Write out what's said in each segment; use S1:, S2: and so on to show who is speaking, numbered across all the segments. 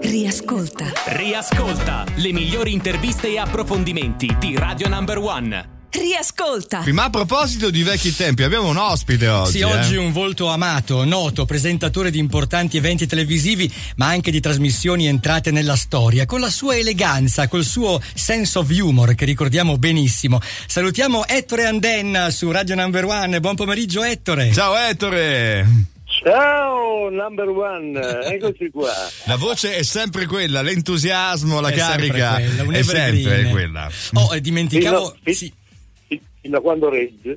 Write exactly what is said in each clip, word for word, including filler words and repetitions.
S1: Riascolta.
S2: Riascolta le migliori interviste e approfondimenti di Radio Number One.
S1: Riascolta.
S3: Ma a proposito di vecchi tempi, abbiamo un ospite oggi.
S4: Sì,
S3: eh?
S4: oggi un volto amato, noto, presentatore di importanti eventi televisivi, ma anche di trasmissioni entrate nella storia, con la sua eleganza, col suo sense of humor che ricordiamo benissimo. Salutiamo Ettore Andenna su Radio Number One. Buon pomeriggio, Ettore.
S3: Ciao, Ettore.
S5: Ciao Number One, eccoci qua.
S3: La voce è sempre quella, l'entusiasmo, la
S4: È
S3: carica
S4: sempre quella, un
S3: è sempre
S4: evergreen.
S3: quella.
S4: Oh, eh, dimenticavo...
S5: Fino,
S4: sì.
S5: fino a quando regge.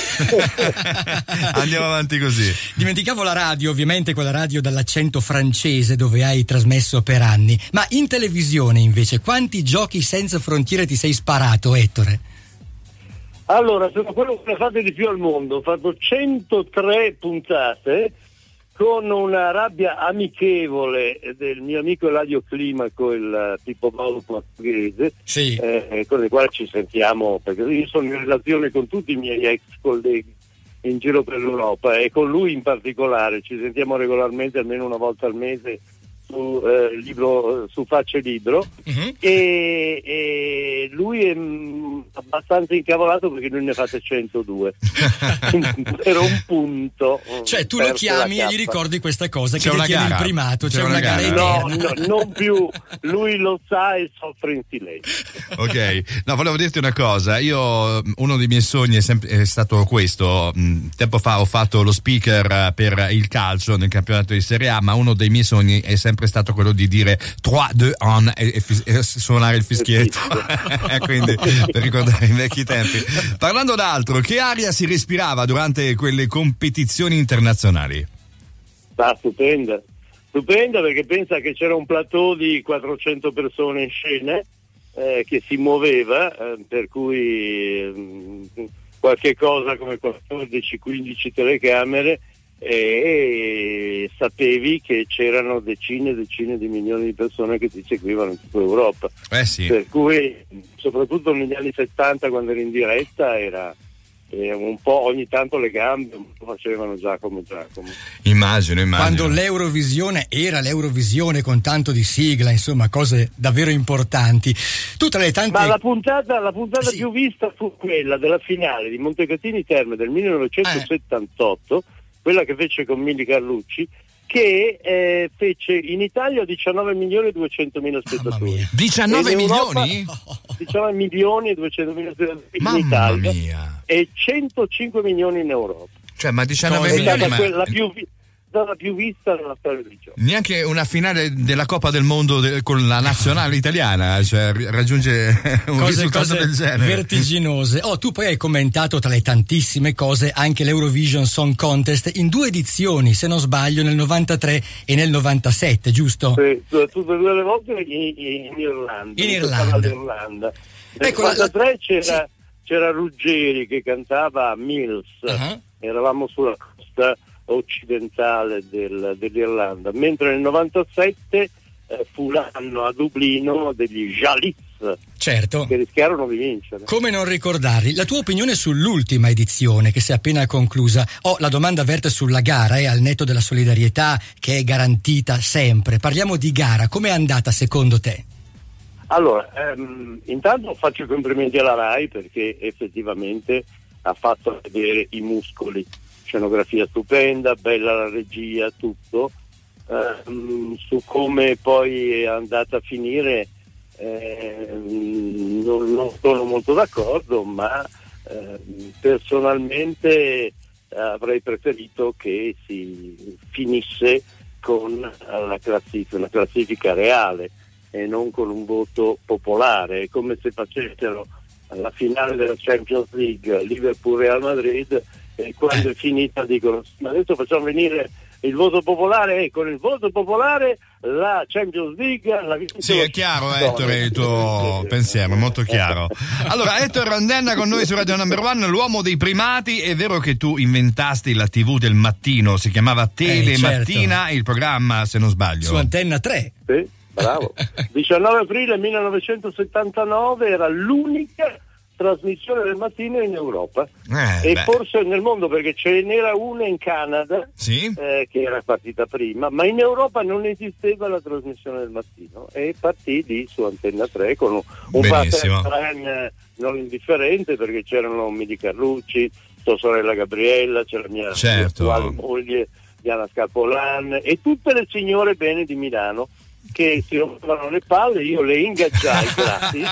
S3: Andiamo avanti così.
S4: Dimenticavo la radio, ovviamente quella radio dall'accento francese dove hai trasmesso per anni, ma in televisione invece quanti giochi senza frontiere ti sei sparato, Ettore?
S5: Allora, sono quello che ne fate di più al mondo. Ho fatto centotré puntate con una rabbia amichevole del mio amico Eladio Climaco, il Pippo Baudo portoghese,
S4: Sì.
S5: eh, con il quale ci sentiamo, perché io sono in relazione con tutti i miei ex colleghi in giro per l'Europa e con lui in particolare. Ci sentiamo regolarmente, almeno una volta al mese, su eh, libro su Facce Libro. Uh-huh. e, e lui è mh, abbastanza incavolato perché lui ne fate centodue per un punto,
S4: cioè tu lo chiami e gli ricordi questa cosa,
S3: c'è
S4: che
S3: una
S4: detiene il
S3: gara.
S4: primato, c'è,
S3: c'è
S4: una,
S3: una
S4: gara,
S3: gara.
S5: no, no, non più, lui lo sa e soffre in silenzio.
S3: Ok, no, volevo dirti una cosa. Io, uno dei miei sogni è, sempre, è stato questo. Tempo fa ho fatto lo speaker per il calcio nel campionato di Serie A, ma uno dei miei sogni è sempre stato quello di dire tre, due, un e, e, e suonare il fischietto. Quindi per ricordare i vecchi tempi. Parlando d'altro, che aria si respirava durante quelle competizioni internazionali?
S5: Ah, stupenda, stupenda, perché pensa che c'era un plateau di quattrocento persone in scena eh, che si muoveva, eh, per cui eh, qualche cosa come quattordici quindici telecamere, e sapevi che c'erano decine e decine di milioni di persone che ti seguivano in tutta Europa.
S3: Eh sì.
S5: Per cui, soprattutto negli anni settanta, quando eri in diretta, era eh, un po' ogni tanto le gambe un po' facevano Giacomo Giacomo.
S3: Immagino, immagino.
S4: Quando l'Eurovisione era l'Eurovisione con tanto di sigla, insomma, cose davvero importanti. Tu tra le tante...
S5: Ma la puntata, la puntata
S4: sì.
S5: più vista fu quella della finale di Montecatini Terme del millenovecentosettantotto, eh. quella che fece con Milli Carlucci, che eh, fece in Italia diciannove milioni e duecentomila spettatori.
S3: diciannove milioni?
S5: diciannove milioni e duecentomila spettatori in
S3: Mamma
S5: Italia
S3: mia.
S5: E centocinque milioni in Europa.
S3: Cioè, ma diciannove
S5: È
S3: milioni,
S5: stata
S3: ma...
S5: quella più, vi- stata più vista nella storia del gioco.
S3: Neanche una finale della Coppa del Mondo de- con la nazionale italiana, cioè raggiunge un
S4: cose,
S3: risultato
S4: cose
S3: del genere.
S4: vertiginose. Oh, tu poi hai commentato tra le tantissime cose anche l'Eurovision Song Contest in due edizioni, se non sbaglio, nel novantatré e nel novantasette, giusto?
S5: Sì, tutte e due le volte in, in Irlanda.
S4: In Irlanda.
S5: Irlanda. Nel
S4: Ecco, la-
S5: novantatré c'era,
S4: sì.
S5: c'era Ruggeri che cantava Mills.
S4: Uh-huh.
S5: Eravamo sulla costa occidentale del, dell'Irlanda, mentre nel novantasette eh, fu l'anno a Dublino degli Jalitz,
S4: Certo.
S5: che rischiarono di vincere.
S4: Come non ricordarli? La tua opinione sull'ultima edizione che si è appena conclusa? Oh, la domanda verte sulla gara, eh, al netto della solidarietà che è garantita sempre. Parliamo di gara, com'è andata secondo te?
S5: Allora, ehm, intanto faccio i complimenti alla RAI perché effettivamente ha fatto vedere i muscoli. Scenografia stupenda, bella la regia, tutto. Eh, su come poi è andata a finire eh, non, non sono molto d'accordo, ma eh, personalmente avrei preferito che si finisse con la classifica, una classifica reale e non con un voto popolare. È come se facessero alla finale della Champions League Liverpool-Real Madrid e quando è finita dicono ma adesso facciamo venire il voto popolare e con il voto popolare la Champions League la
S3: sì, è chiaro, Ettore, il tuo pensiero, molto chiaro. Allora, Ettore Andenna con noi su Radio Number One, l'uomo dei primati. È vero che tu inventasti la tivù del mattino, si chiamava Telemattina, eh, certo. Il programma, se non sbaglio,
S4: su Antenna tre.
S5: Sì, bravo. diciannove aprile millenovecentosettantanove era l'unica trasmissione del mattino in Europa
S3: eh,
S5: e
S3: beh.
S5: forse nel mondo, perché ce n'era una in Canada,
S3: sì?
S5: eh, che era partita prima, ma in Europa non esisteva la trasmissione del mattino e partì lì su Antenna tre con un, un
S3: Benissimo.
S5: partner non indifferente, perché c'erano Midi Carlucci, sua sorella Gabriella, c'era mia
S3: Certo.
S5: attuale moglie Diana Scapolan e tutte le signore bene di Milano che si rompevano le palle. Io le ingaggiai gratis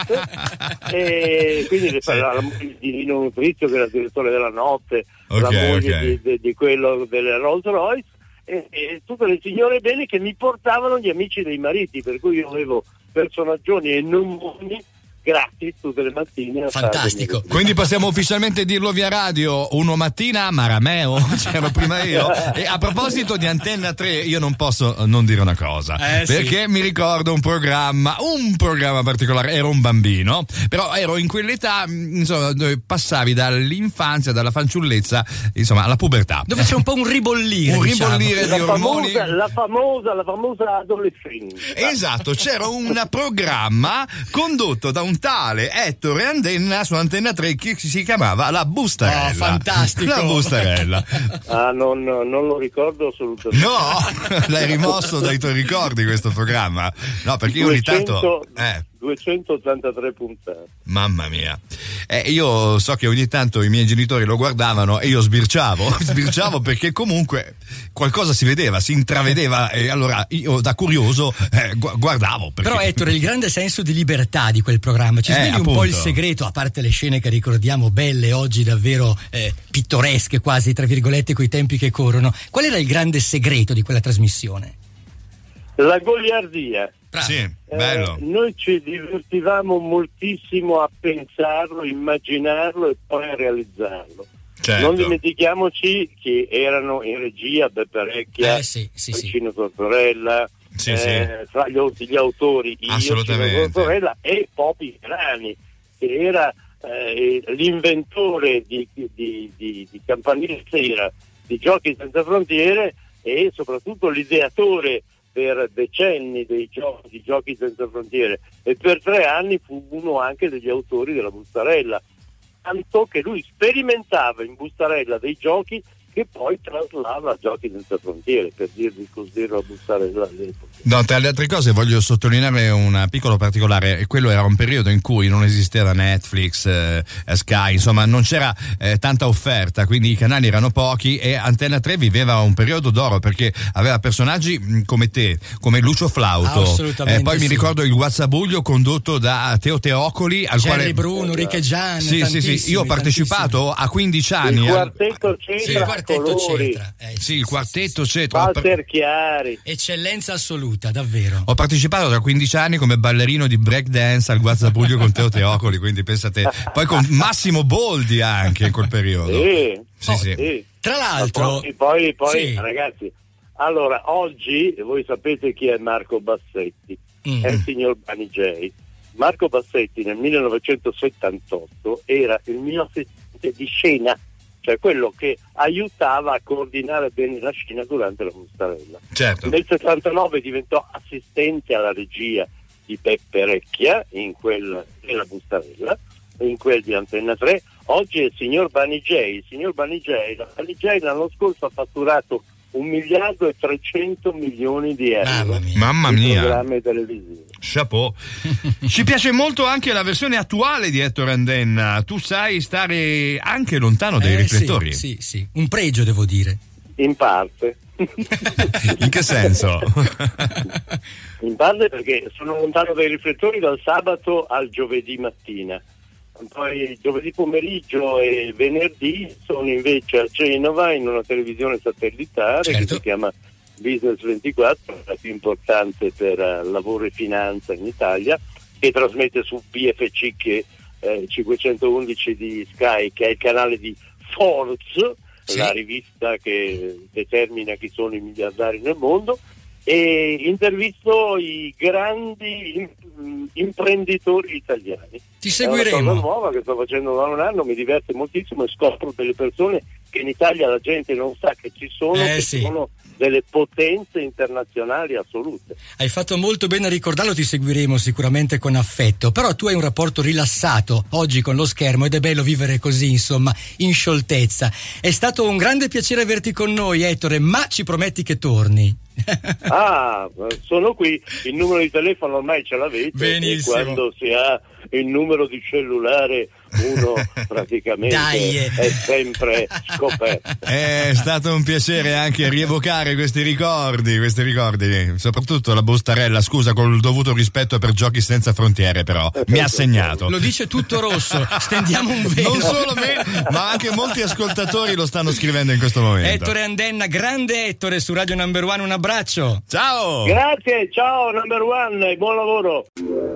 S5: e quindi le
S3: Sì.
S5: la moglie di Nino Nutrizio, che era il direttore della Notte,
S3: Ok,
S5: la moglie
S3: ok.
S5: di, di, di quello delle Rolls Royce e, e tutte le signore bene che mi portavano gli amici dei mariti, per cui io avevo personaggioni e nomoni gratis tutte le mattine.
S4: Fantastico.
S3: Quindi possiamo ufficialmente dirlo via radio, uno mattina Marameo, c'ero prima io. E a proposito di Antenna tre, io non posso non dire una cosa,
S4: Eh,
S3: perché
S4: sì.
S3: mi ricordo un programma, un programma particolare, ero un bambino, però ero in quell'età, insomma, dove passavi dall'infanzia, dalla fanciullezza, insomma, alla pubertà.
S4: Dove c'è un po' un ribollire,
S3: Un
S4: diciamo.
S3: ribollire
S5: La
S3: di ormoni.
S5: famosa, la famosa, la famosa adolescenza.
S3: Esatto, c'era un programma condotto da un tale Ettore Andenna su Antenna tre che si chiamava La Bustarella.
S4: Oh, fantastico.
S3: La Bustarella.
S5: Ah, non, non lo ricordo assolutamente.
S3: No, l'hai rimosso dai tuoi ricordi questo programma. No, perché io ogni tanto... Eh.
S5: duecentottantatré puntate.
S3: Mamma mia, eh, io so che ogni tanto i miei genitori lo guardavano e io sbirciavo, sbirciavo perché comunque qualcosa si vedeva, si intravedeva e allora io da curioso eh, gu- guardavo. Perché...
S4: Però Ettore, il grande senso di libertà di quel programma, ci
S3: Eh,
S4: svegli un
S3: appunto.
S4: po' il segreto, a parte le scene che ricordiamo belle oggi, davvero eh, pittoresche quasi, tra virgolette, coi tempi che corrono. Qual era il grande segreto di quella trasmissione?
S5: La goliardia.
S4: Bravo.
S3: Sì, bello.
S5: Eh, noi ci divertivamo moltissimo a pensarlo, immaginarlo e poi a realizzarlo.
S3: Certo.
S5: Non dimentichiamoci che erano in regia Beppe Recchia,
S4: Eh, sì, sì, sì.
S5: Cino Tortorella,
S3: Sì,
S5: eh,
S3: sì.
S5: tra gli, gli autori io, Cino
S3: Assolutamente.
S5: Tortorella e Popi Grani, che era eh, l'inventore di, di, di, di, di Campanile Sera, di Giochi Senza Frontiere e soprattutto l'ideatore per decenni dei giochi, di Giochi Senza Frontiere, e per tre anni fu uno anche degli autori della Bustarella, tanto che lui sperimentava in Bustarella dei giochi che poi traslava a Giochi Senza Frontiere, per dirvi cos'era la Bustarella all'epoca.
S3: No, tra le altre cose voglio sottolineare un piccolo particolare, e quello era un periodo in cui non esisteva Netflix, eh, Sky, insomma non c'era eh, tanta offerta, quindi i canali erano pochi e Antenna tre viveva un periodo d'oro perché aveva personaggi mh, come te, come Lucio Flauto,
S4: Assolutamente
S3: eh, poi mi
S4: sì.
S3: ricordo il Guazzabuglio condotto da Teo Teocoli, al
S4: Jerry
S3: quale...
S4: Bruno, Enrique Gian,
S3: Sì, sì, sì, io ho partecipato a quindici anni.
S5: Il
S3: al-
S5: quartetto
S3: Sì,
S5: Cetra,
S4: il quartetto
S5: colori,
S4: Cetra. Eh,
S3: Sì, il quartetto Cetra.
S5: Walter Chiari.
S4: Eccellenza assoluta, davvero.
S3: Ho partecipato da quindici anni come ballerino di breakdance al Guazzabuglio con Teo Teocoli, quindi pensate, poi con Massimo Boldi anche in quel periodo.
S5: Sì,
S3: Sì, sì.
S5: sì.
S4: Tra l'altro,
S5: Poi, poi, poi
S4: sì.
S5: ragazzi, allora oggi voi sapete chi è Marco Bassetti,
S4: Mm.
S5: è il signor Bunny J. Marco Bassetti nel millenovecentosettantotto era il mio assistente di scena, cioè quello che aiutava a coordinare bene la scena durante la Bustarella.
S3: Certo.
S5: Nel settantanove diventò assistente alla regia di Beppe Recchia in quel della Bustarella, in quel di Antenna tre. Oggi è il signor Bunny J. Il signor Bunny J, la Bunny J l'anno scorso ha fatturato un miliardo e trecento milioni di euro.
S4: Mamma mia.
S3: Mamma
S5: di
S3: mia.
S5: programmi televisivi.
S3: Chapeau. Ci piace molto anche la versione attuale di Ettore Andenna. Tu sai stare anche lontano dai
S4: Eh,
S3: riflettori.
S4: Sì, sì, sì, un pregio devo dire.
S5: In parte.
S3: In che senso?
S5: In parte perché sono lontano dai riflettori dal sabato al giovedì mattina. Poi giovedì pomeriggio e venerdì sono invece a Genova in una televisione satellitare
S4: Certo.
S5: che si chiama Business ventiquattro, la più importante per uh, lavoro e finanza in Italia, che trasmette su P F C che eh, cinquecentoundici di Sky, che è il canale di Forbes,
S4: Sì.
S5: la rivista che determina chi sono i miliardari nel mondo, e intervisto i grandi im- imprenditori italiani.
S4: Ti
S5: È una
S4: seguiremo.
S5: cosa nuova che sto facendo da un anno, mi diverte moltissimo e scopro delle persone che in Italia la gente non sa che ci sono,
S4: Eh,
S5: che
S4: sì.
S5: sono delle potenze internazionali assolute.
S4: Hai fatto molto bene a ricordarlo, ti seguiremo sicuramente con affetto, però tu hai un rapporto rilassato oggi con lo schermo ed è bello vivere così, insomma, in scioltezza. È stato un grande piacere averti con noi, Ettore, ma ci prometti che torni?
S5: Ah, sono qui, il numero di telefono ormai ce l'avete.
S4: Benissimo.
S5: E quando si ha il numero di cellulare uno praticamente
S4: Dai.
S5: è sempre scoperto.
S3: È stato un piacere anche rievocare questi ricordi, questi ricordi, soprattutto la Bustarella, scusa, con il dovuto rispetto per Giochi Senza Frontiere, però mi ha segnato.
S4: Lo dice tutto rosso, stendiamo un velo.
S3: Non solo me, ma anche molti ascoltatori lo stanno scrivendo in questo momento.
S4: Ettore Andenna, grande Ettore su Radio Number One, un abbraccio.
S3: Ciao!
S5: Grazie, ciao number one e buon lavoro.